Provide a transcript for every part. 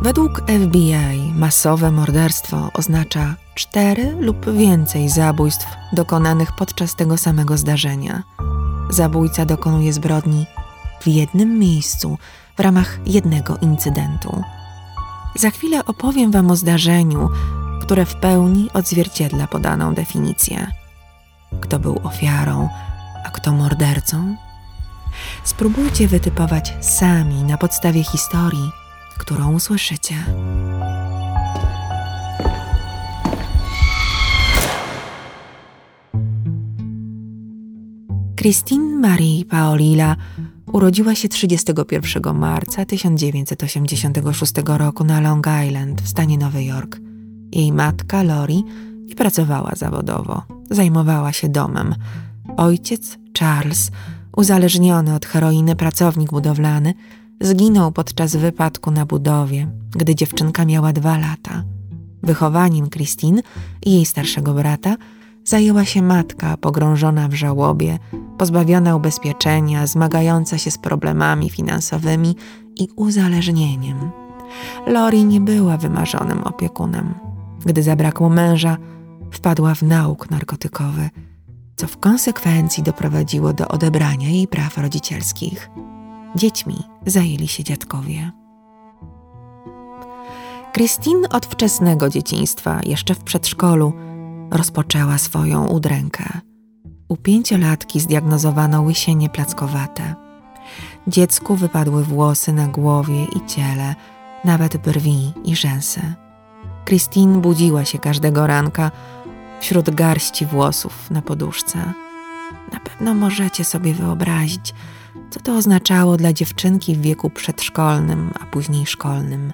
Według FBI masowe morderstwo oznacza 4 lub więcej zabójstw dokonanych podczas tego samego zdarzenia. Zabójca dokonuje zbrodni w jednym miejscu w ramach jednego incydentu. Za chwilę opowiem wam o zdarzeniu, które w pełni odzwierciedla podaną definicję. Kto był ofiarą, a kto mordercą? Spróbujcie wytypować sami na podstawie historii, którą usłyszycie. Christine Marie Paolilla urodziła się 31 marca 1986 roku na Long Island w stanie Nowy Jork. Jej matka, Lori, nie pracowała zawodowo. Zajmowała się domem. Ojciec, Charles, uzależniony od heroiny pracownik budowlany, zginął podczas wypadku na budowie, gdy dziewczynka miała 2 lata. Wychowaniem Christine i jej starszego brata zajęła się matka pogrążona w żałobie, pozbawiona ubezpieczenia, zmagająca się z problemami finansowymi i uzależnieniem. Lori nie była wymarzonym opiekunem. Gdy zabrakło męża, wpadła w nauk narkotykowy, co w konsekwencji doprowadziło do odebrania jej praw rodzicielskich. Dziećmi zajęli się dziadkowie. Christine od wczesnego dzieciństwa, jeszcze w przedszkolu, rozpoczęła swoją udrękę. U 5-latki zdiagnozowano łysienie plackowate. Dziecku wypadły włosy na głowie i ciele, nawet brwi i rzęsy. Christine budziła się każdego ranka wśród garści włosów na poduszce. Na pewno możecie sobie wyobrazić, co to oznaczało dla dziewczynki w wieku przedszkolnym, a później szkolnym.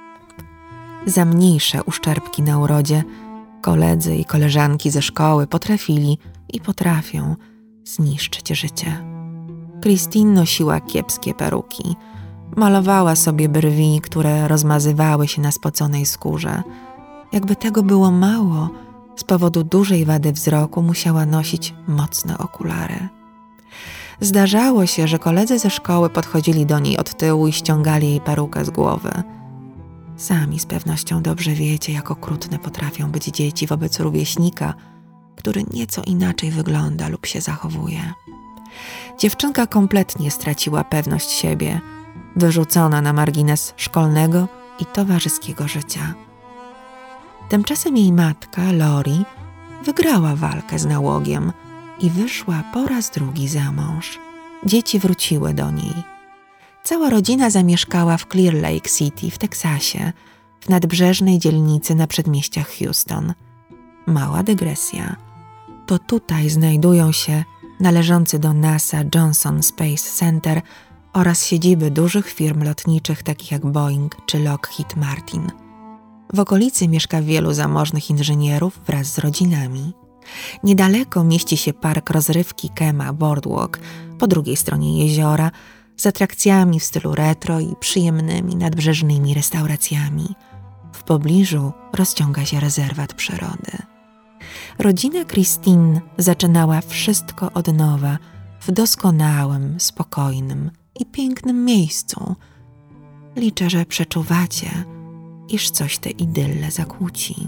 Za mniejsze uszczerbki na urodzie koledzy i koleżanki ze szkoły potrafili i potrafią zniszczyć życie. Christine nosiła kiepskie peruki. Malowała sobie brwi, które rozmazywały się na spoconej skórze. Jakby tego było mało, z powodu dużej wady wzroku musiała nosić mocne okulary. Zdarzało się, że koledzy ze szkoły podchodzili do niej od tyłu i ściągali jej perukę z głowy. Sami z pewnością dobrze wiecie, jak okrutne potrafią być dzieci wobec rówieśnika, który nieco inaczej wygląda lub się zachowuje. Dziewczynka kompletnie straciła pewność siebie, wyrzucona na margines szkolnego i towarzyskiego życia. Tymczasem jej matka, Lori, wygrała walkę z nałogiem i wyszła po raz drugi za mąż. Dzieci wróciły do niej. Cała rodzina zamieszkała w Clear Lake City w Teksasie, w nadbrzeżnej dzielnicy na przedmieściach Houston. Mała dygresja. To tutaj znajdują się należący do NASA Johnson Space Center oraz siedziby dużych firm lotniczych takich jak Boeing czy Lockheed Martin. W okolicy mieszka wielu zamożnych inżynierów wraz z rodzinami. Niedaleko mieści się park rozrywki Kemah Boardwalk po drugiej stronie jeziora z atrakcjami w stylu retro i przyjemnymi nadbrzeżnymi restauracjami. W pobliżu rozciąga się rezerwat przyrody. Rodzina Christine zaczynała wszystko od nowa w doskonałym, spokojnym i pięknym miejscu. Liczę, że przeczuwacie, iż coś tę idyllę zakłóci.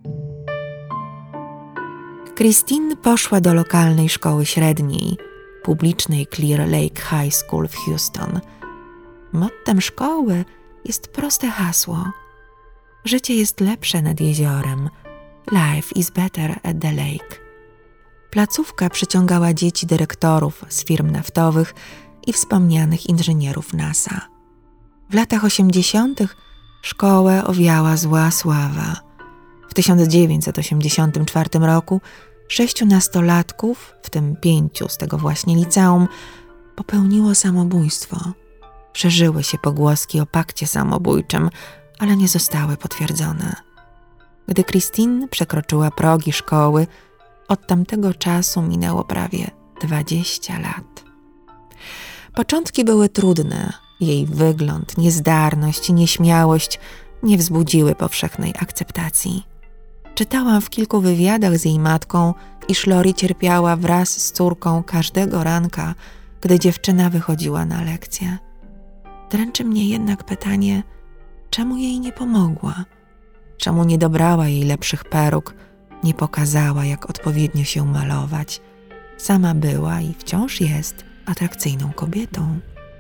Christine poszła do lokalnej szkoły średniej, publicznej Clear Lake High School w Houston. Mottem szkoły jest proste hasło: życie jest lepsze nad jeziorem. Life is better at the lake. Placówka przyciągała dzieci dyrektorów z firm naftowych i wspomnianych inżynierów NASA. W latach 80. szkołę owiała zła sława. W 1984 roku 6 nastolatków, w tym 5 z tego właśnie liceum, popełniło samobójstwo. Szerzyły się pogłoski o pakcie samobójczym, ale nie zostały potwierdzone. Gdy Christine przekroczyła progi szkoły, od tamtego czasu minęło prawie 20 lat. Początki były trudne. Jej wygląd, niezdarność i nieśmiałość nie wzbudziły powszechnej akceptacji. Czytałam w kilku wywiadach z jej matką, iż Lori cierpiała wraz z córką każdego ranka, gdy dziewczyna wychodziła na lekcję. Dręczy mnie jednak pytanie, czemu jej nie pomogła? Czemu nie dobrała jej lepszych peruk, nie pokazała, jak odpowiednio się malować? Sama była i wciąż jest atrakcyjną kobietą.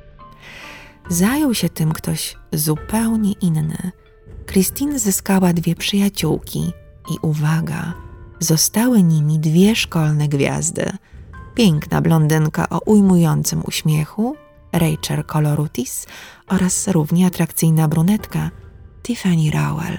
Zajął się tym ktoś zupełnie inny. Christine zyskała 2 przyjaciółki i uwaga, zostały nimi 2 szkolne gwiazdy. Piękna blondynka o ujmującym uśmiechu, Rachel Colorutis, oraz równie atrakcyjna brunetka, Tiffany Rowell.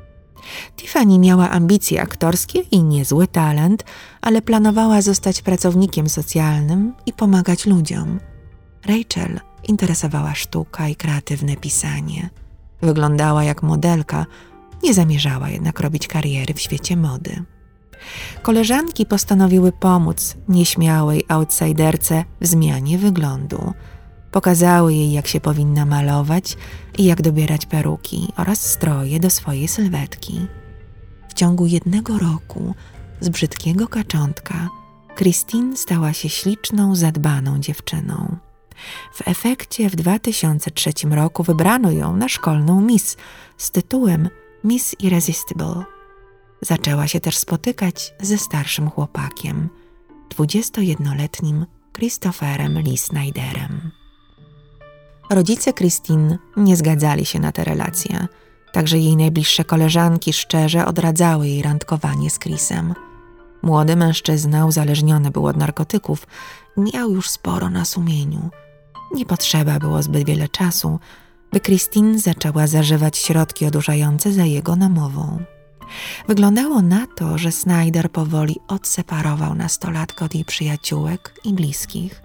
Tiffany miała ambicje aktorskie i niezły talent, ale planowała zostać pracownikiem socjalnym i pomagać ludziom. Rachel interesowała sztuka i kreatywne pisanie. Wyglądała jak modelka, nie zamierzała jednak robić kariery w świecie mody. Koleżanki postanowiły pomóc nieśmiałej outsiderce w zmianie wyglądu. Pokazały jej, jak się powinna malować i jak dobierać peruki oraz stroje do swojej sylwetki. W ciągu 1 roku z brzydkiego kaczątka Christine stała się śliczną, zadbaną dziewczyną. W efekcie w 2003 roku wybrano ją na szkolną Miss z tytułem Miss Irresistible. Zaczęła się też spotykać ze starszym chłopakiem, 21-letnim Christopherem Lee Snyderem. Rodzice Christine nie zgadzali się na tę relację, także jej najbliższe koleżanki szczerze odradzały jej randkowanie z Chrisem. Młody mężczyzna uzależniony był od narkotyków, miał już sporo na sumieniu. Nie potrzeba było zbyt wiele czasu, by Christine zaczęła zażywać środki odurzające za jego namową. Wyglądało na to, że Snyder powoli odseparował nastolatkę od jej przyjaciółek i bliskich.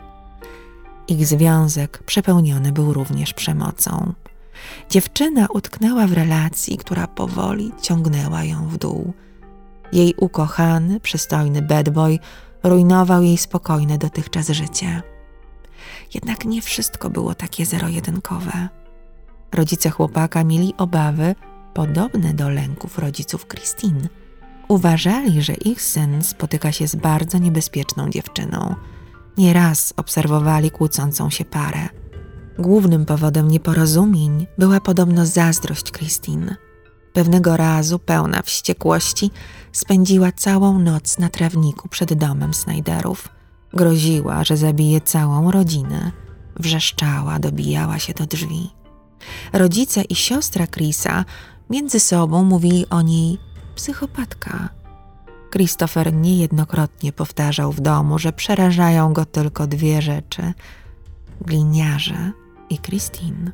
Ich związek przepełniony był również przemocą. Dziewczyna utknęła w relacji, która powoli ciągnęła ją w dół. Jej ukochany, przystojny bad boy rujnował jej spokojne dotychczas życie. Jednak nie wszystko było takie zero-jedynkowe. Rodzice chłopaka mieli obawy podobne do lęków rodziców Christine. Uważali, że ich syn spotyka się z bardzo niebezpieczną dziewczyną. Nieraz obserwowali kłócącą się parę. Głównym powodem nieporozumień była podobno zazdrość Christine. Pewnego razu, pełna wściekłości, spędziła całą noc na trawniku przed domem Snyderów. Groziła, że zabije całą rodzinę. Wrzeszczała, dobijała się do drzwi. Rodzice i siostra Chrisa między sobą mówili o niej psychopatka. Christopher niejednokrotnie powtarzał w domu, że przerażają go tylko 2 rzeczy – gliniarze i Christine.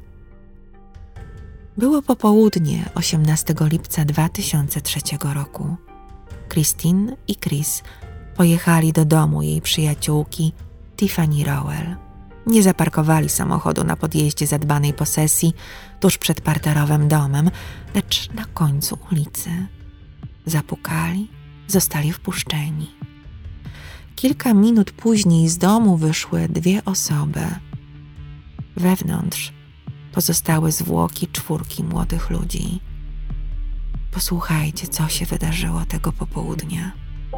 Było popołudnie 18 lipca 2003 roku. Christine i Chris pojechali do domu jej przyjaciółki Tiffany Rowell. Nie zaparkowali samochodu na podjeździe zadbanej posesji tuż przed parterowym domem, lecz na końcu ulicy. Zapukali, zostali wpuszczeni. Kilka minut później z domu wyszły 2 osoby. Wewnątrz pozostały zwłoki 4 młodych ludzi. Posłuchajcie, co się wydarzyło tego popołudnia.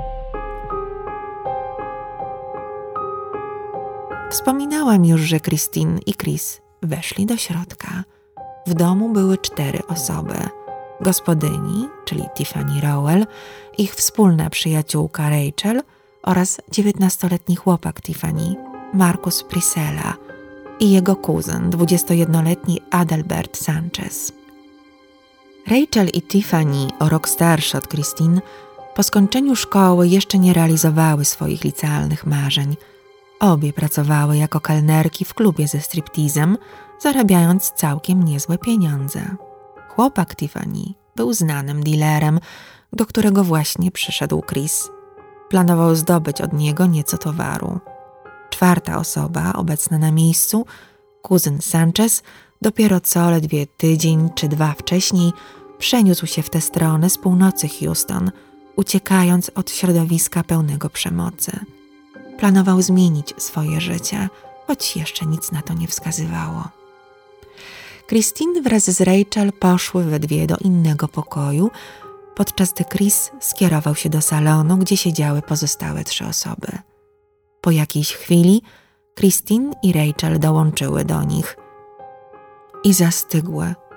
Wspominałam już, że Christine i Chris weszli do środka. W domu były 4 osoby. Gospodyni, czyli Tiffany Rowell, ich wspólna przyjaciółka Rachel oraz 19-letni chłopak Tiffany, Marcus Priscilla, i jego kuzyn, 21-letni Adalbert Sanchez. Rachel i Tiffany, o rok starsze od Christine, po skończeniu szkoły jeszcze nie realizowały swoich licealnych marzeń. Obie pracowały jako kelnerki w klubie ze striptizem, zarabiając całkiem niezłe pieniądze. Chłopak Tiffany był znanym dealerem, do którego właśnie przyszedł Chris. Planował zdobyć od niego nieco towaru. 4. osoba, obecna na miejscu, kuzyn Sanchez, dopiero co ledwie tydzień czy 2 wcześniej przeniósł się w tę stronę z północy Houston, uciekając od środowiska pełnego przemocy. Planował zmienić swoje życie, choć jeszcze nic na to nie wskazywało. Christine wraz z Rachel poszły we 2 do innego pokoju, podczas gdy Chris skierował się do salonu, gdzie siedziały pozostałe 3 osoby. Po jakiejś chwili Christine i Rachel dołączyły do nich i zastygłe,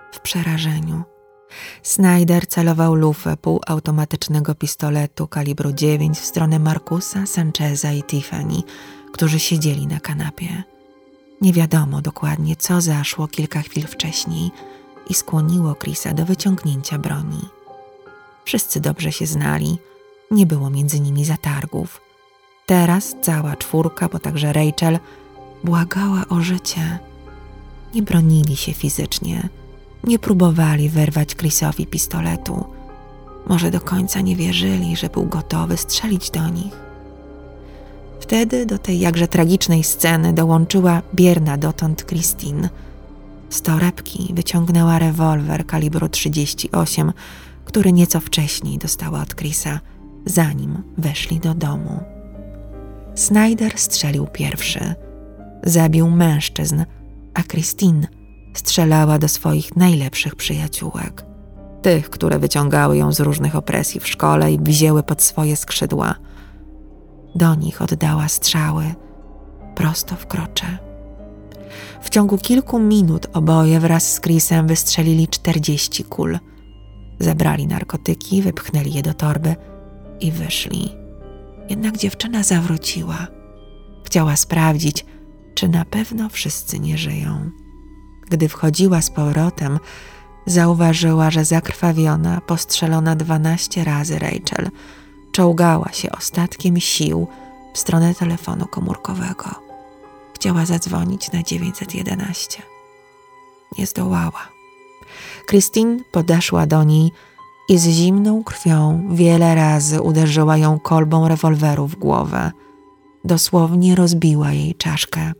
w przerażeniu. Snyder celował lufę półautomatycznego pistoletu kalibru 9 w stronę Marcusa, Sancheza i Tiffany, którzy siedzieli na kanapie. Nie wiadomo dokładnie, co zaszło kilka chwil wcześniej i skłoniło Chrisa do wyciągnięcia broni. Wszyscy dobrze się znali, nie było między nimi zatargów. Teraz cała czwórka, bo także Rachel, błagała o życie. Nie bronili się fizycznie, nie próbowali wyrwać Chrisowi pistoletu. Może do końca nie wierzyli, że był gotowy strzelić do nich. Wtedy do tej jakże tragicznej sceny dołączyła bierna dotąd Christine. Z torebki wyciągnęła rewolwer kalibru 38, który nieco wcześniej dostała od Chrisa, zanim weszli do domu. Snyder strzelił pierwszy. Zabił mężczyzn, a Christine strzelała do swoich najlepszych przyjaciółek. Tych, które wyciągały ją z różnych opresji w szkole i wzięły pod swoje skrzydła. Do nich oddała strzały prosto w krocze. W ciągu kilku minut oboje wraz z Chrisem wystrzelili 40 kul. Zabrali narkotyki, wypchnęli je do torby i wyszli. Jednak dziewczyna zawróciła. Chciała sprawdzić, czy na pewno wszyscy nie żyją. Gdy wchodziła z powrotem, zauważyła, że zakrwawiona, postrzelona 12 razy Rachel czołgała się ostatkiem sił w stronę telefonu komórkowego. Chciała zadzwonić na 911. Nie zdołała. Christine podeszła do niej i z zimną krwią wiele razy uderzyła ją kolbą rewolweru w głowę. Dosłownie rozbiła jej czaszkę.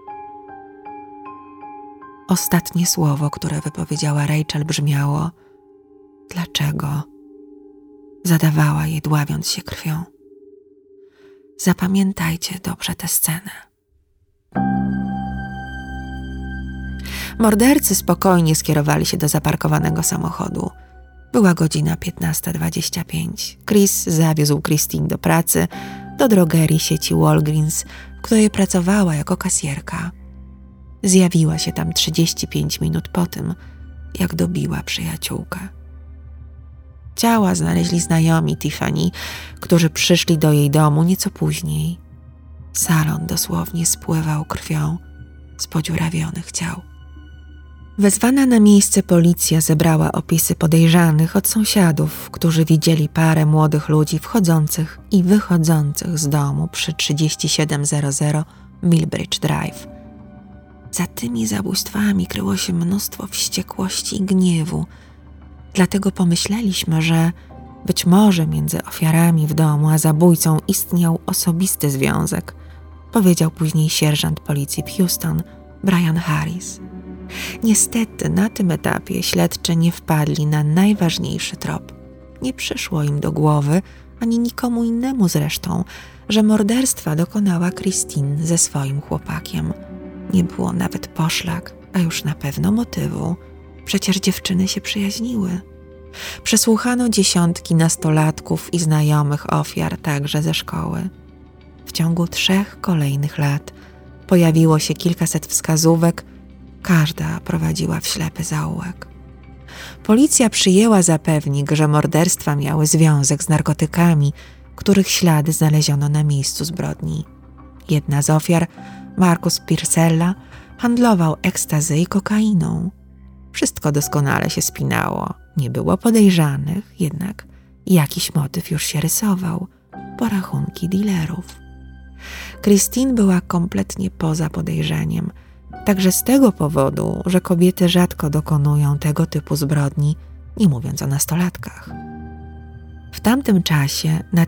Ostatnie słowo, które wypowiedziała Rachel, brzmiało: dlaczego? Zadawała jej, dławiąc się krwią. Zapamiętajcie dobrze tę scenę. Mordercy spokojnie skierowali się do zaparkowanego samochodu. Była godzina 15:25. Chris zawiózł Christine do pracy, do drogerii sieci Walgreens, w której pracowała jako kasjerka. Zjawiła się tam 35 minut po tym, jak dobiła przyjaciółkę. Ciała znaleźli znajomi Tiffany, którzy przyszli do jej domu nieco później. Salon dosłownie spływał krwią z podziurawionych ciał. Wezwana na miejsce policja zebrała opisy podejrzanych od sąsiadów, którzy widzieli parę młodych ludzi wchodzących i wychodzących z domu przy 3700 Millbridge Drive. Za tymi zabójstwami kryło się mnóstwo wściekłości i gniewu. Dlatego pomyśleliśmy, że być może między ofiarami w domu a zabójcą istniał osobisty związek, powiedział później sierżant policji w Houston, Brian Harris. Niestety na tym etapie śledczy nie wpadli na najważniejszy trop. Nie przyszło im do głowy, ani nikomu innemu zresztą, że morderstwa dokonała Christine ze swoim chłopakiem. Nie było nawet poszlak, a już na pewno motywu. Przecież dziewczyny się przyjaźniły. Przesłuchano dziesiątki nastolatków i znajomych ofiar, także ze szkoły. W ciągu 3 kolejnych lat pojawiło się kilkaset wskazówek, każda prowadziła w ślepy zaułek. Policja przyjęła za pewnik, że morderstwa miały związek z narkotykami, których ślady znaleziono na miejscu zbrodni. Jedna z ofiar, Marcus Piercella, handlował ekstazy i kokainą. Wszystko doskonale się spinało. Nie było podejrzanych, jednak jakiś motyw już się rysował. Porachunki dealerów. Christine była kompletnie poza podejrzeniem. Także z tego powodu, że kobiety rzadko dokonują tego typu zbrodni, nie mówiąc o nastolatkach. W tamtym czasie na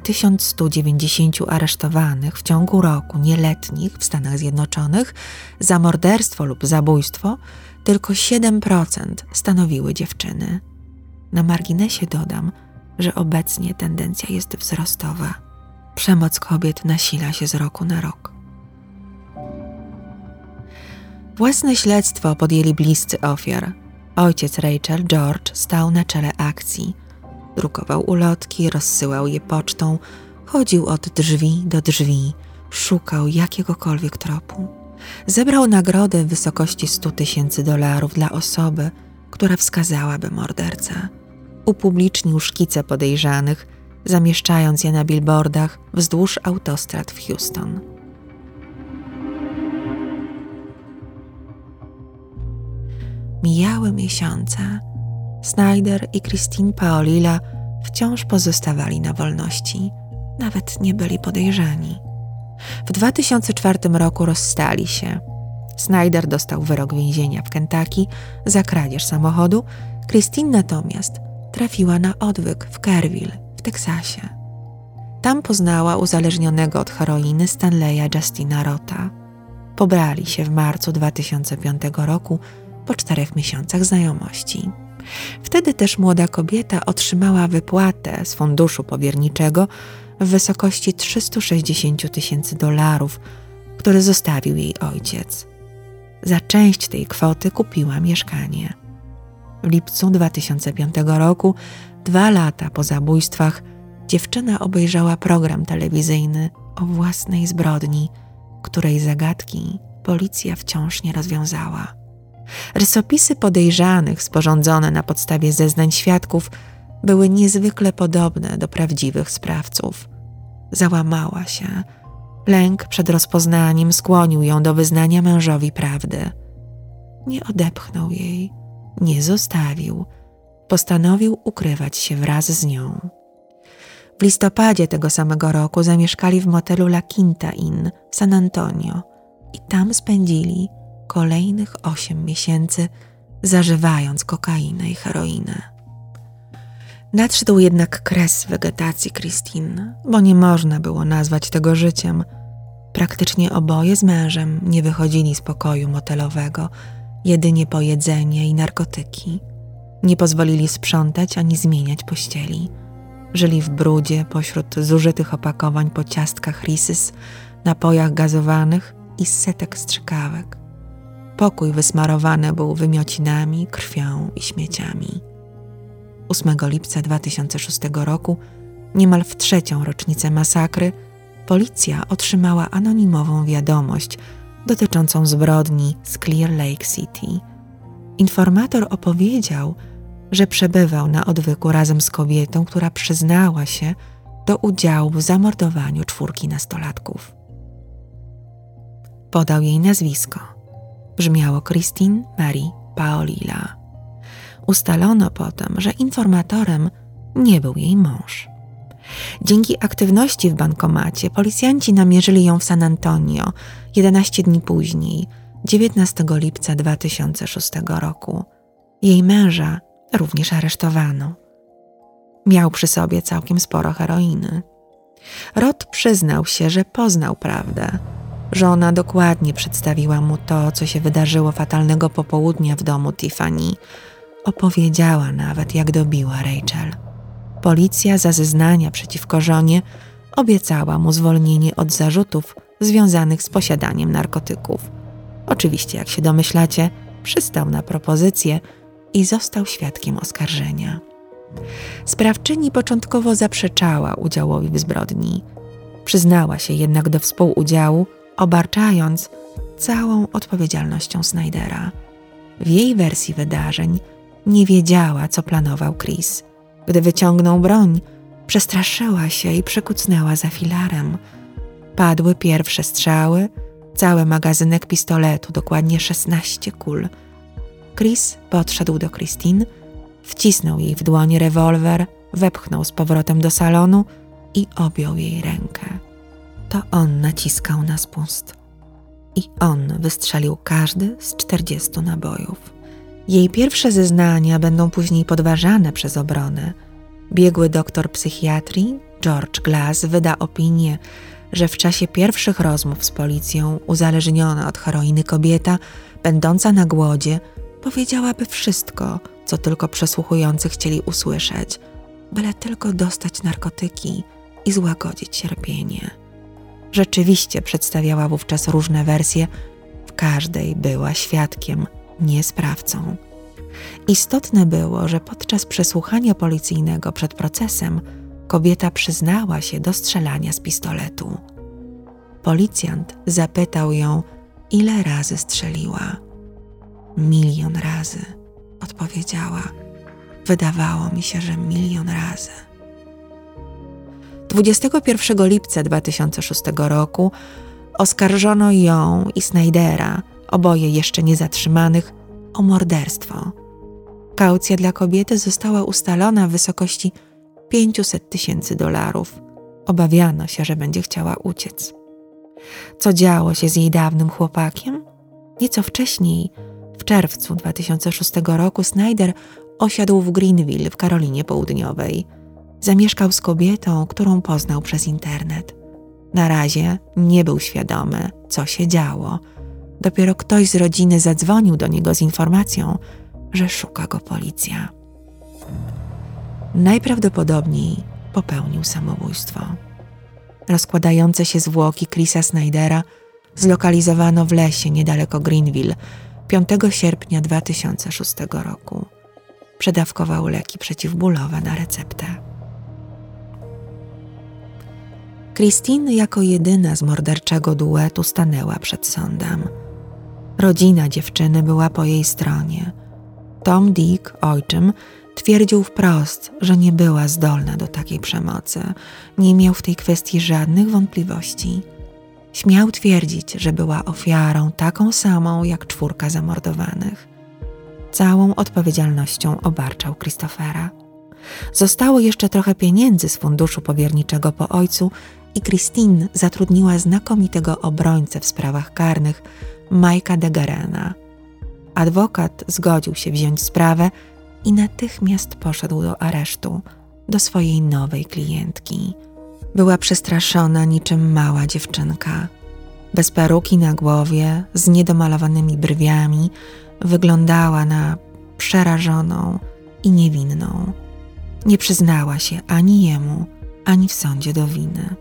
1190 aresztowanych w ciągu roku nieletnich w Stanach Zjednoczonych za morderstwo lub zabójstwo tylko 7% stanowiły dziewczyny. Na marginesie dodam, że obecnie tendencja jest wzrostowa. Przemoc kobiet nasila się z roku na rok. Własne śledztwo podjęli bliscy ofiar. Ojciec Rachel, George, stał na czele akcji. Drukował ulotki, rozsyłał je pocztą, chodził od drzwi do drzwi, szukał jakiegokolwiek tropu. Zebrał nagrodę w wysokości $100,000 dla osoby, która wskazałaby mordercę. Upublicznił szkice podejrzanych, zamieszczając je na billboardach wzdłuż autostrad w Houston. Mijały miesiące. Snyder i Christine Paolilla wciąż pozostawali na wolności. Nawet nie byli podejrzani. W 2004 roku rozstali się. Snyder dostał wyrok więzienia w Kentucky za kradzież samochodu, Christine natomiast trafiła na odwyk w Kerrville w Teksasie. Tam poznała uzależnionego od heroiny Stanleya Justina Rotha. Pobrali się w marcu 2005 roku po 4 miesiącach znajomości. Wtedy też młoda kobieta otrzymała wypłatę z funduszu powierniczego w wysokości $360,000, który zostawił jej ojciec. Za część tej kwoty kupiła mieszkanie. W lipcu 2005 roku, 2 lata po zabójstwach, dziewczyna obejrzała program telewizyjny o własnej zbrodni, której zagadki policja wciąż nie rozwiązała. Rysopisy podejrzanych sporządzone na podstawie zeznań świadków były niezwykle podobne do prawdziwych sprawców. Załamała się. Lęk przed rozpoznaniem skłonił ją do wyznania mężowi prawdy. Nie odepchnął jej, nie zostawił. Postanowił ukrywać się wraz z nią. W listopadzie tego samego roku zamieszkali w motelu La Quinta Inn w San Antonio i tam spędzili kolejnych 8 miesięcy, zażywając kokainę i heroinę. Nadszedł jednak kres wegetacji Christine, bo nie można było nazwać tego życiem. Praktycznie oboje z mężem nie wychodzili z pokoju motelowego, jedynie po jedzenie i narkotyki. Nie pozwolili sprzątać ani zmieniać pościeli. Żyli w brudzie pośród zużytych opakowań po ciastkach Reese's, napojach gazowanych i setek strzykawek. Pokój wysmarowany był wymiocinami, krwią i śmieciami. 8 lipca 2006 roku, niemal w 3. rocznicę masakry, policja otrzymała anonimową wiadomość dotyczącą zbrodni z Clear Lake City. Informator opowiedział, że przebywał na odwyku razem z kobietą, która przyznała się do udziału w zamordowaniu 4 nastolatków. Podał jej nazwisko. Brzmiało Christine Marie Paolilla. Ustalono potem, że informatorem nie był jej mąż. Dzięki aktywności w bankomacie policjanci namierzyli ją w San Antonio 11 dni później, 19 lipca 2006 roku. Jej męża również aresztowano. Miał przy sobie całkiem sporo heroiny. Roth przyznał się, że poznał prawdę. Żona dokładnie przedstawiła mu to, co się wydarzyło fatalnego popołudnia w domu Tiffany. Opowiedziała nawet, jak dobiła Rachel. Policja za zeznania przeciwko żonie obiecała mu zwolnienie od zarzutów związanych z posiadaniem narkotyków. Oczywiście, jak się domyślacie, przystał na propozycję i został świadkiem oskarżenia. Sprawczyni początkowo zaprzeczała udziałowi w zbrodni. Przyznała się jednak do współudziału, obarczając całą odpowiedzialnością Snydera. W jej wersji wydarzeń nie wiedziała, co planował Chris. Gdy wyciągnął broń, przestraszyła się i przykucnęła za filarem. Padły pierwsze strzały, cały magazynek pistoletu, dokładnie 16 kul. Chris podszedł do Christine, wcisnął jej w dłoń rewolwer, wepchnął z powrotem do salonu i objął jej rękę. To on naciskał na spust. I on wystrzelił każdy z 40 nabojów. Jej pierwsze zeznania będą później podważane przez obronę. Biegły doktor psychiatrii George Glass wyda opinię, że w czasie pierwszych rozmów z policją uzależniona od heroiny kobieta, będąca na głodzie, powiedziałaby wszystko, co tylko przesłuchujący chcieli usłyszeć, byle tylko dostać narkotyki i złagodzić cierpienie. Rzeczywiście przedstawiała wówczas różne wersje, w każdej była świadkiem, nie sprawcą. Istotne było, że podczas przesłuchania policyjnego przed procesem kobieta przyznała się do strzelania z pistoletu. Policjant zapytał ją, ile razy strzeliła. 1 000 000 razy, odpowiedziała. Wydawało mi się, że 1 000 000 razy. 21 lipca 2006 roku oskarżono ją i Snydera, oboje jeszcze niezatrzymanych, o morderstwo. Kaucja dla kobiety została ustalona w wysokości $500,000. Obawiano się, że będzie chciała uciec. Co działo się z jej dawnym chłopakiem? Nieco wcześniej, w czerwcu 2006 roku, Snyder osiadł w Greenville w Karolinie Południowej. Zamieszkał z kobietą, którą poznał przez internet. Na razie nie był świadomy, co się działo. Dopiero ktoś z rodziny zadzwonił do niego z informacją, że szuka go policja. Najprawdopodobniej popełnił samobójstwo. Rozkładające się zwłoki Chrisa Snydera zlokalizowano w lesie niedaleko Greenville 5 sierpnia 2006 roku. Przedawkował leki przeciwbólowe na receptę. Christine jako jedyna z morderczego duetu stanęła przed sądem. Rodzina dziewczyny była po jej stronie. Tom Dick, ojczym, twierdził wprost, że nie była zdolna do takiej przemocy. Nie miał w tej kwestii żadnych wątpliwości. Śmiał twierdzić, że była ofiarą taką samą jak 4 zamordowanych. Całą odpowiedzialnością obarczał Christophera. Zostało jeszcze trochę pieniędzy z funduszu powierniczego po ojcu i Christine zatrudniła znakomitego obrońcę w sprawach karnych, Mike'a DeGarena. Adwokat zgodził się wziąć sprawę i natychmiast poszedł do aresztu, do swojej nowej klientki. Była przestraszona niczym mała dziewczynka. Bez peruki na głowie, z niedomalowanymi brwiami, wyglądała na przerażoną i niewinną. Nie przyznała się ani jemu, ani w sądzie do winy.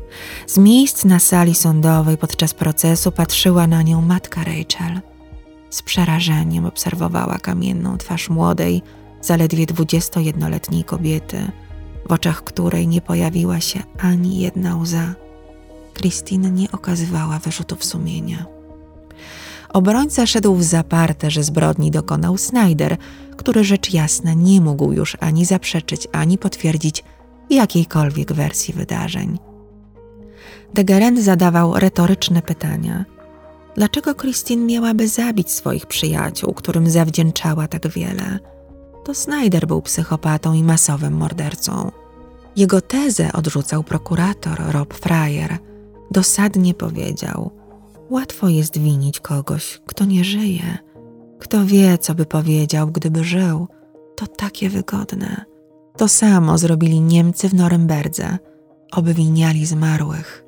Z miejsc na sali sądowej podczas procesu patrzyła na nią matka Rachel. Z przerażeniem obserwowała kamienną twarz młodej, zaledwie 21-letniej kobiety, w oczach której nie pojawiła się ani jedna łza. Christine nie okazywała wyrzutów sumienia. Obrońca szedł w zaparte, że zbrodni dokonał Snyder, który rzecz jasna nie mógł już ani zaprzeczyć, ani potwierdzić jakiejkolwiek wersji wydarzeń. DeGaren zadawał retoryczne pytania. Dlaczego Christine miałaby zabić swoich przyjaciół, którym zawdzięczała tak wiele? To Snyder był psychopatą i masowym mordercą. Jego tezę odrzucał prokurator Rob Fryer. Dosadnie powiedział: łatwo jest winić kogoś, kto nie żyje. Kto wie, co by powiedział, gdyby żył. To takie wygodne. To samo zrobili Niemcy w Norymberdze. Obwiniali zmarłych.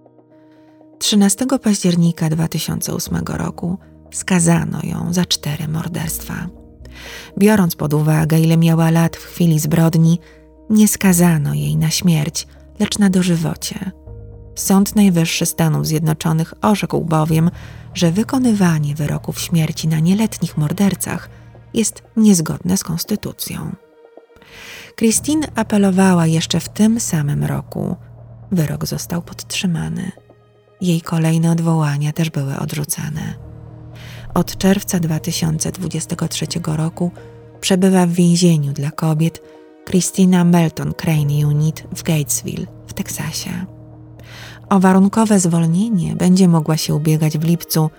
13 października 2008 roku skazano ją za 4 morderstwa. Biorąc pod uwagę, ile miała lat w chwili zbrodni, nie skazano jej na śmierć, lecz na dożywocie. Sąd Najwyższy Stanów Zjednoczonych orzekł bowiem, że wykonywanie wyroków śmierci na nieletnich mordercach jest niezgodne z konstytucją. Christine apelowała jeszcze w tym samym roku. Wyrok został podtrzymany. Jej kolejne odwołania też były odrzucane. Od czerwca 2023 roku przebywa w więzieniu dla kobiet Christina Melton Crane Unit w Gatesville w Teksasie. O warunkowe zwolnienie będzie mogła się ubiegać w lipcu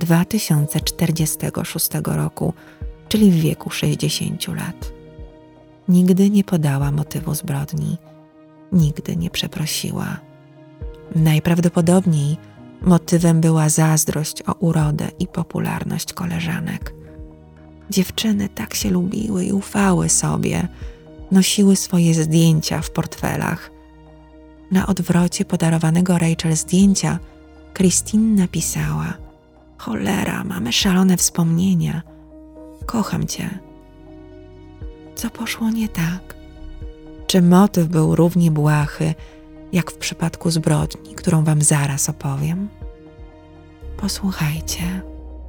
2046 roku, czyli w wieku 60 lat. Nigdy nie podała motywu zbrodni, nigdy nie przeprosiła. Najprawdopodobniej motywem była zazdrość o urodę i popularność koleżanek. Dziewczyny tak się lubiły i ufały sobie, nosiły swoje zdjęcia w portfelach. Na odwrocie podarowanego Rachel zdjęcia Christine napisała: cholera, mamy szalone wspomnienia. Kocham cię. Co poszło nie tak? Czy motyw był równie błahy, jak w przypadku zbrodni, którą wam zaraz opowiem? Posłuchajcie.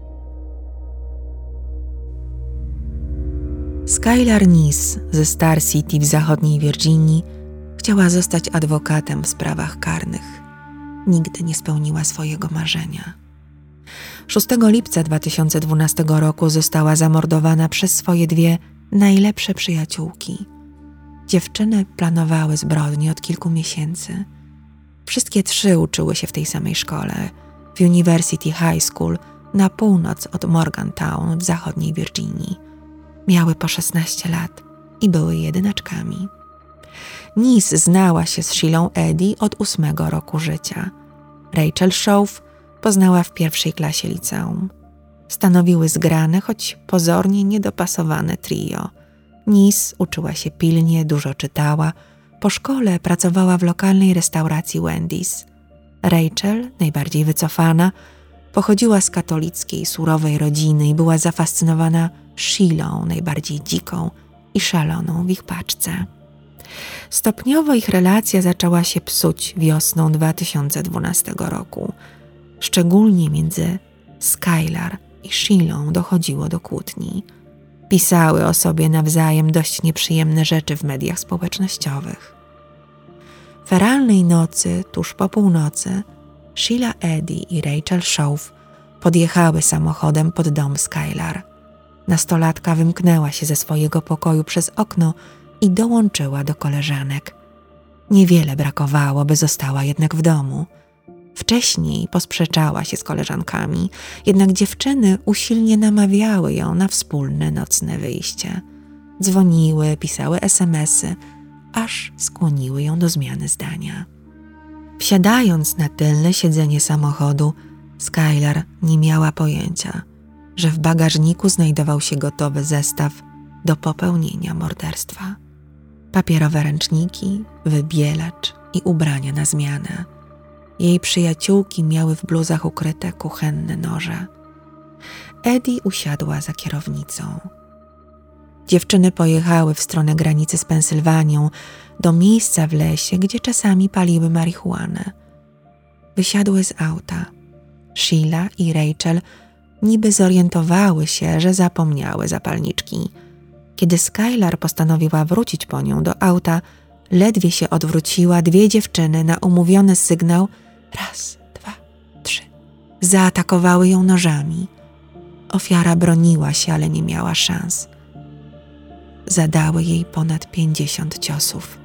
Skylar Niss ze Star City w zachodniej Virginii chciała zostać adwokatem w sprawach karnych. Nigdy nie spełniła swojego marzenia. 6 lipca 2012 roku została zamordowana przez swoje 2 najlepsze przyjaciółki. Dziewczyny planowały zbrodnię od kilku miesięcy. Wszystkie 3 uczyły się w tej samej szkole, w University High School na północ od Morgantown w zachodniej Virginii. Miały po 16 lat i były jedynaczkami. Nis znała się z Sheilą Eddy od 8 roku życia. Rachel Schauf poznała w 1. klasie liceum. Stanowiły zgrane, choć pozornie niedopasowane trio. Nis uczyła się pilnie, dużo czytała. Po szkole pracowała w lokalnej restauracji Wendy's. Rachel, najbardziej wycofana, pochodziła z katolickiej, surowej rodziny i była zafascynowana Sheilą, najbardziej dziką i szaloną w ich paczce. Stopniowo ich relacja zaczęła się psuć wiosną 2012 roku. Szczególnie między Skylar i Sheilą dochodziło do kłótni. Pisały o sobie nawzajem dość nieprzyjemne rzeczy w mediach społecznościowych. Feralnej nocy, tuż po północy, Sheila Eddy i Rachel Schauf podjechały samochodem pod dom Skylar. Nastolatka wymknęła się ze swojego pokoju przez okno i dołączyła do koleżanek. Niewiele brakowało, by została jednak w domu. Wcześniej posprzeczała się z koleżankami, jednak dziewczyny usilnie namawiały ją na wspólne nocne wyjście. Dzwoniły, pisały SMS-y, aż skłoniły ją do zmiany zdania. Wsiadając na tylne siedzenie samochodu, Skylar nie miała pojęcia, że w bagażniku znajdował się gotowy zestaw do popełnienia morderstwa. Papierowe ręczniki, wybielacz i ubrania na zmianę. Jej przyjaciółki miały w bluzach ukryte kuchenne noże. Eddy usiadła za kierownicą. Dziewczyny pojechały w stronę granicy z Pensylwanią, do miejsca w lesie, gdzie czasami paliły marihuanę. Wysiadły z auta. Sheila i Rachel niby zorientowały się, że zapomniały zapalniczki. Kiedy Skylar postanowiła wrócić po nią do auta, ledwie się odwróciła, 2 dziewczyny na umówiony sygnał 1, 2, 3 zaatakowały ją nożami. Ofiara broniła się, ale nie miała szans. Zadały jej ponad 50 ciosów.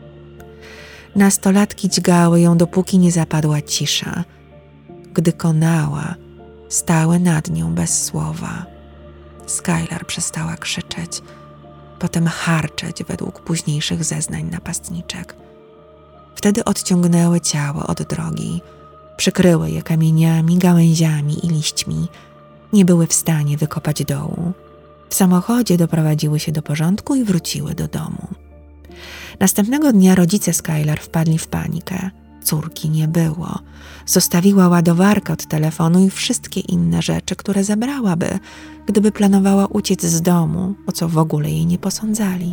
Nastolatki dźgały ją, dopóki nie zapadła cisza. Gdy konała, stały nad nią bez słowa. Skylar przestała krzyczeć, potem harczeć według późniejszych zeznań napastniczek. Wtedy odciągnęły ciało od drogi, przykryły je kamieniami, gałęziami i liśćmi. Nie były w stanie wykopać dołu. W samochodzie doprowadziły się do porządku i wróciły do domu. Następnego dnia rodzice Skylar wpadli w panikę. Córki nie było. Zostawiła ładowarkę od telefonu i wszystkie inne rzeczy, które zabrałaby, gdyby planowała uciec z domu, o co w ogóle jej nie posądzali.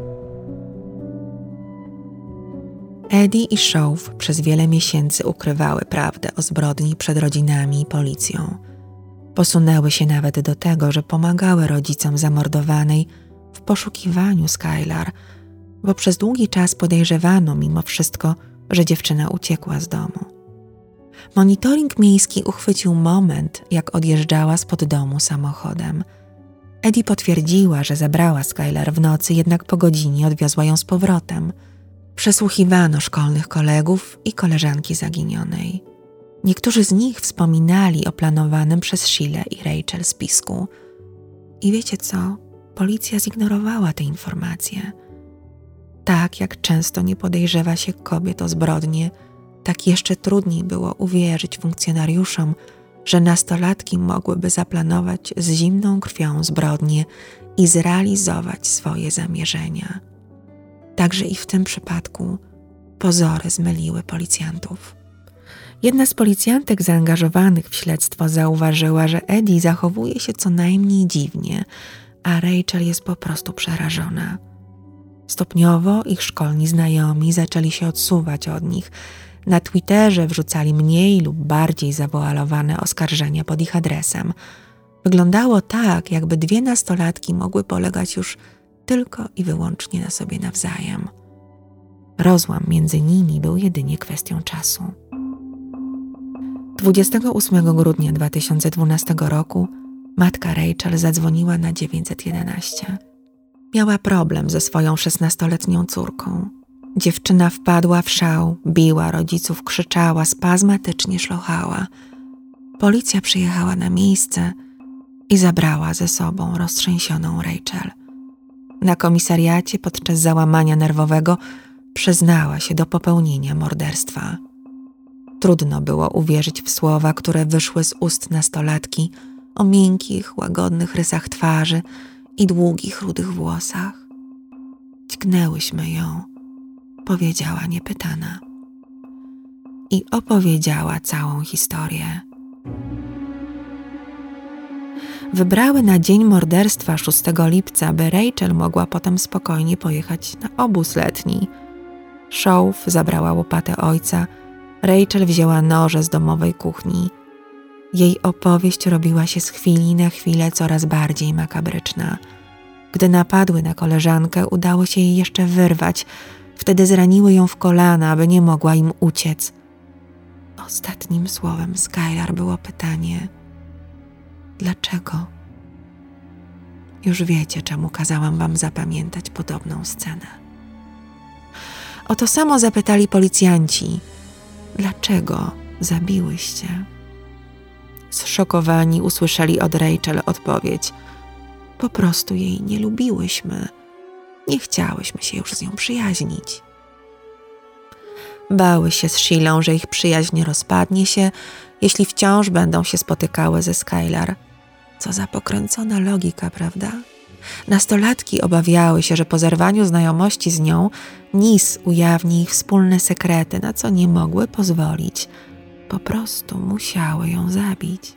Eddy i Schauf przez wiele miesięcy ukrywały prawdę o zbrodni przed rodzinami i policją. Posunęły się nawet do tego, że pomagały rodzicom zamordowanej w poszukiwaniu Skylar, bo przez długi czas podejrzewano mimo wszystko, że dziewczyna uciekła z domu. Monitoring miejski uchwycił moment, jak odjeżdżała spod domu samochodem. Eddy potwierdziła, że zabrała Skylar w nocy, jednak po godzinie odwiozła ją z powrotem. Przesłuchiwano szkolnych kolegów i koleżanki zaginionej. Niektórzy z nich wspominali o planowanym przez Sheilę i Rachel spisku. I wiecie co? Policja zignorowała te informacje. Tak jak często nie podejrzewa się kobiet o zbrodnie, tak jeszcze trudniej było uwierzyć funkcjonariuszom, że nastolatki mogłyby zaplanować z zimną krwią zbrodnię i zrealizować swoje zamierzenia. Także i w tym przypadku pozory zmyliły policjantów. Jedna z policjantek zaangażowanych w śledztwo zauważyła, że Eddy zachowuje się co najmniej dziwnie, a Rachel jest po prostu przerażona. Stopniowo ich szkolni znajomi zaczęli się odsuwać od nich. Na Twitterze wrzucali mniej lub bardziej zawoalowane oskarżenia pod ich adresem. Wyglądało tak, jakby 2 nastolatki mogły polegać już tylko i wyłącznie na sobie nawzajem. Rozłam między nimi był jedynie kwestią czasu. 28 grudnia 2012 roku matka Rachel zadzwoniła na 911. Miała problem ze swoją 16-letnią córką. Dziewczyna wpadła w szał, biła rodziców, krzyczała, spazmatycznie szlochała. Policja przyjechała na miejsce i zabrała ze sobą roztrzęsioną Rachel. Na komisariacie podczas załamania nerwowego przyznała się do popełnienia morderstwa. Trudno było uwierzyć w słowa, które wyszły z ust nastolatki o miękkich, łagodnych rysach twarzy i długich, rudych włosach. Dźgnęłyśmy ją, powiedziała niepytana. I opowiedziała całą historię. Wybrały na dzień morderstwa 6 lipca, by Rachel mogła potem spokojnie pojechać na obóz letni. Shaw zabrała łopatę ojca, Rachel wzięła noże z domowej kuchni. Jej opowieść robiła się z chwili na chwilę coraz bardziej makabryczna. Gdy napadły na koleżankę, udało się jej jeszcze wyrwać. Wtedy zraniły ją w kolana, aby nie mogła im uciec. Ostatnim słowem Skylar było pytanie: dlaczego? Już wiecie, czemu kazałam wam zapamiętać podobną scenę. O to samo zapytali policjanci. Dlaczego zabiłyście? Zszokowani usłyszeli od Rachel odpowiedź: po prostu jej nie lubiłyśmy. Nie chciałyśmy się już z nią przyjaźnić. Bały się z Sheilą, że ich przyjaźń rozpadnie się, jeśli wciąż będą się spotykały ze Skylar. Co za pokręcona logika, prawda? Nastolatki obawiały się, że po zerwaniu znajomości z nią Nis ujawni ich wspólne sekrety, na co nie mogły pozwolić. Po prostu musiały ją zabić.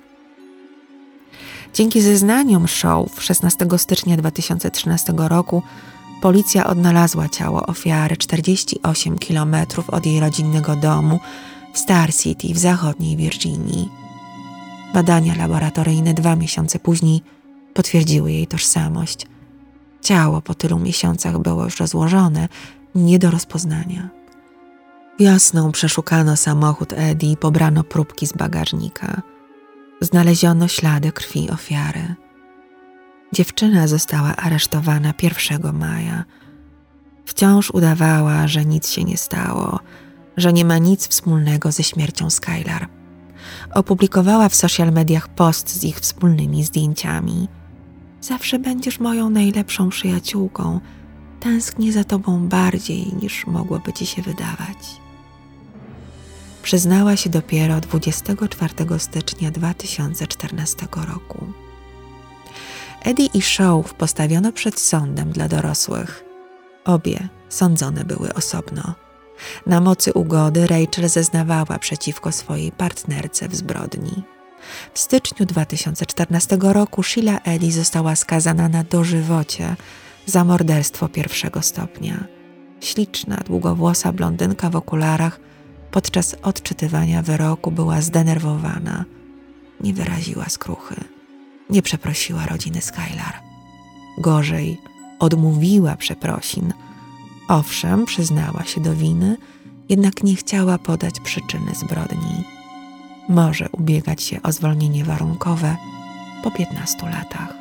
Dzięki zeznaniom Shaw 16 stycznia 2013 roku policja odnalazła ciało ofiary 48 km od jej rodzinnego domu w Star City w zachodniej Virginii. Badania laboratoryjne 2 miesiące później potwierdziły jej tożsamość. Ciało po tylu miesiącach było już rozłożone, nie do rozpoznania. Wiosną przeszukano samochód Eddie i pobrano próbki z bagażnika. Znaleziono ślady krwi ofiary. Dziewczyna została aresztowana 1 maja. Wciąż udawała, że nic się nie stało, że nie ma nic wspólnego ze śmiercią Skylar. Opublikowała w social mediach post z ich wspólnymi zdjęciami. Zawsze będziesz moją najlepszą przyjaciółką. Tęsknię za tobą bardziej, niż mogłoby ci się wydawać. Przyznała się dopiero 24 stycznia 2014 roku. Eddie i Shaw postawiono przed sądem dla dorosłych. Obie sądzone były osobno. Na mocy ugody Rachel zeznawała przeciwko swojej partnerce w zbrodni. W styczniu 2014 roku Sheila Eddy została skazana na dożywocie za morderstwo 1 stopnia. Śliczna, długowłosa blondynka w okularach podczas odczytywania wyroku była zdenerwowana. Nie wyraziła skruchy. Nie przeprosiła rodziny Skylar. Gorzej, odmówiła przeprosin. Owszem, przyznała się do winy, jednak nie chciała podać przyczyny zbrodni. Może ubiegać się o zwolnienie warunkowe po 15 latach.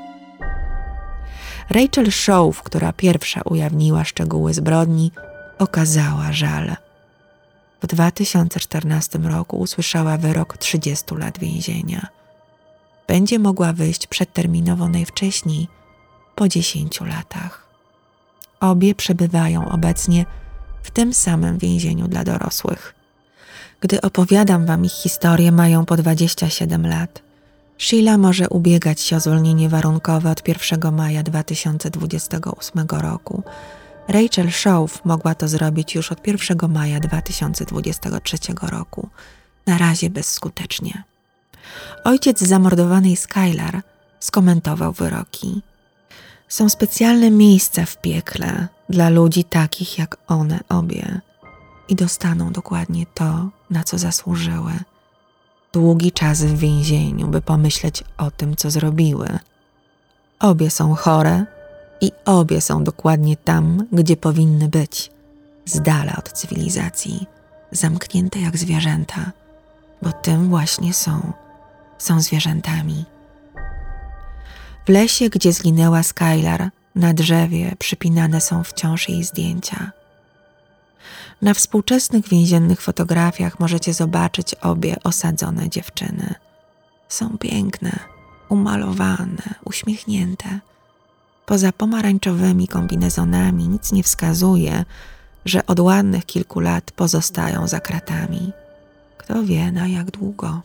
Rachel Shaw, która pierwsza ujawniła szczegóły zbrodni, okazała żal. W 2014 roku usłyszała wyrok 30 lat więzienia. Będzie mogła wyjść przedterminowo najwcześniej po 10 latach. Obie przebywają obecnie w tym samym więzieniu dla dorosłych. Gdy opowiadam wam ich historię, mają po 27 lat. Sheila może ubiegać się o zwolnienie warunkowe od 1 maja 2028 roku. Rachel Shaw mogła to zrobić już od 1 maja 2023 roku. Na razie bezskutecznie. Ojciec zamordowanej Skylar skomentował wyroki. Są specjalne miejsca w piekle dla ludzi takich jak one obie i dostaną dokładnie to, na co zasłużyły. Długi czas w więzieniu, by pomyśleć o tym, co zrobiły. Obie są chore i obie są dokładnie tam, gdzie powinny być, z dala od cywilizacji, zamknięte jak zwierzęta. bo tym właśnie są zwierzętami. W lesie, gdzie zginęła Skylar, na drzewie przypinane są wciąż jej zdjęcia. Na współczesnych więziennych fotografiach możecie zobaczyć obie osadzone dziewczyny. Są piękne, umalowane, uśmiechnięte. Poza pomarańczowymi kombinezonami nic nie wskazuje, że od ładnych kilku lat pozostają za kratami. Kto wie, na jak długo.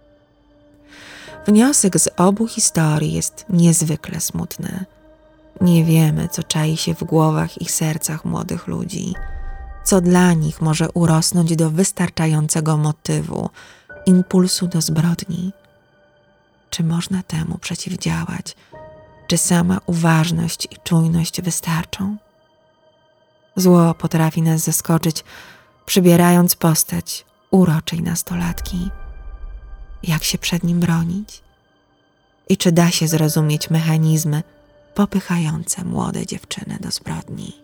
Wniosek z obu historii jest niezwykle smutny. Nie wiemy, co czai się w głowach i sercach młodych ludzi, co dla nich może urosnąć do wystarczającego motywu, impulsu do zbrodni. Czy można temu przeciwdziałać? Czy sama uważność i czujność wystarczą? Zło potrafi nas zaskoczyć, przybierając postać uroczej nastolatki. Jak się przed nim bronić? I czy da się zrozumieć mechanizmy popychające młode dziewczyny do zbrodni?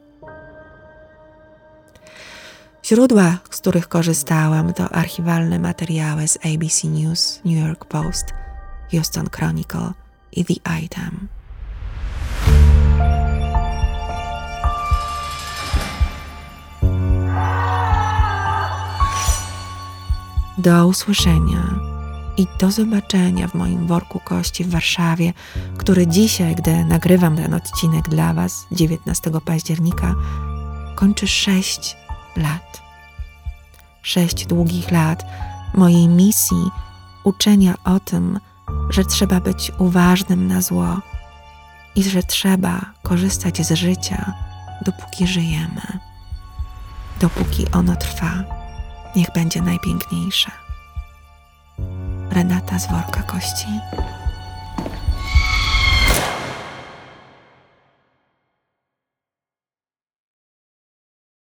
Źródła, z których korzystałam, to archiwalne materiały z ABC News, New York Post, Houston Chronicle i The Item. Do usłyszenia i do zobaczenia w moim worku kości w Warszawie, który dzisiaj, gdy nagrywam ten odcinek dla Was, 19 października, kończy 6 lat. 6 długich lat mojej misji uczenia o tym, że trzeba być uważnym na zło i że trzeba korzystać z życia, dopóki żyjemy. Dopóki ono trwa, niech będzie najpiękniejsze. Renata z worka kości.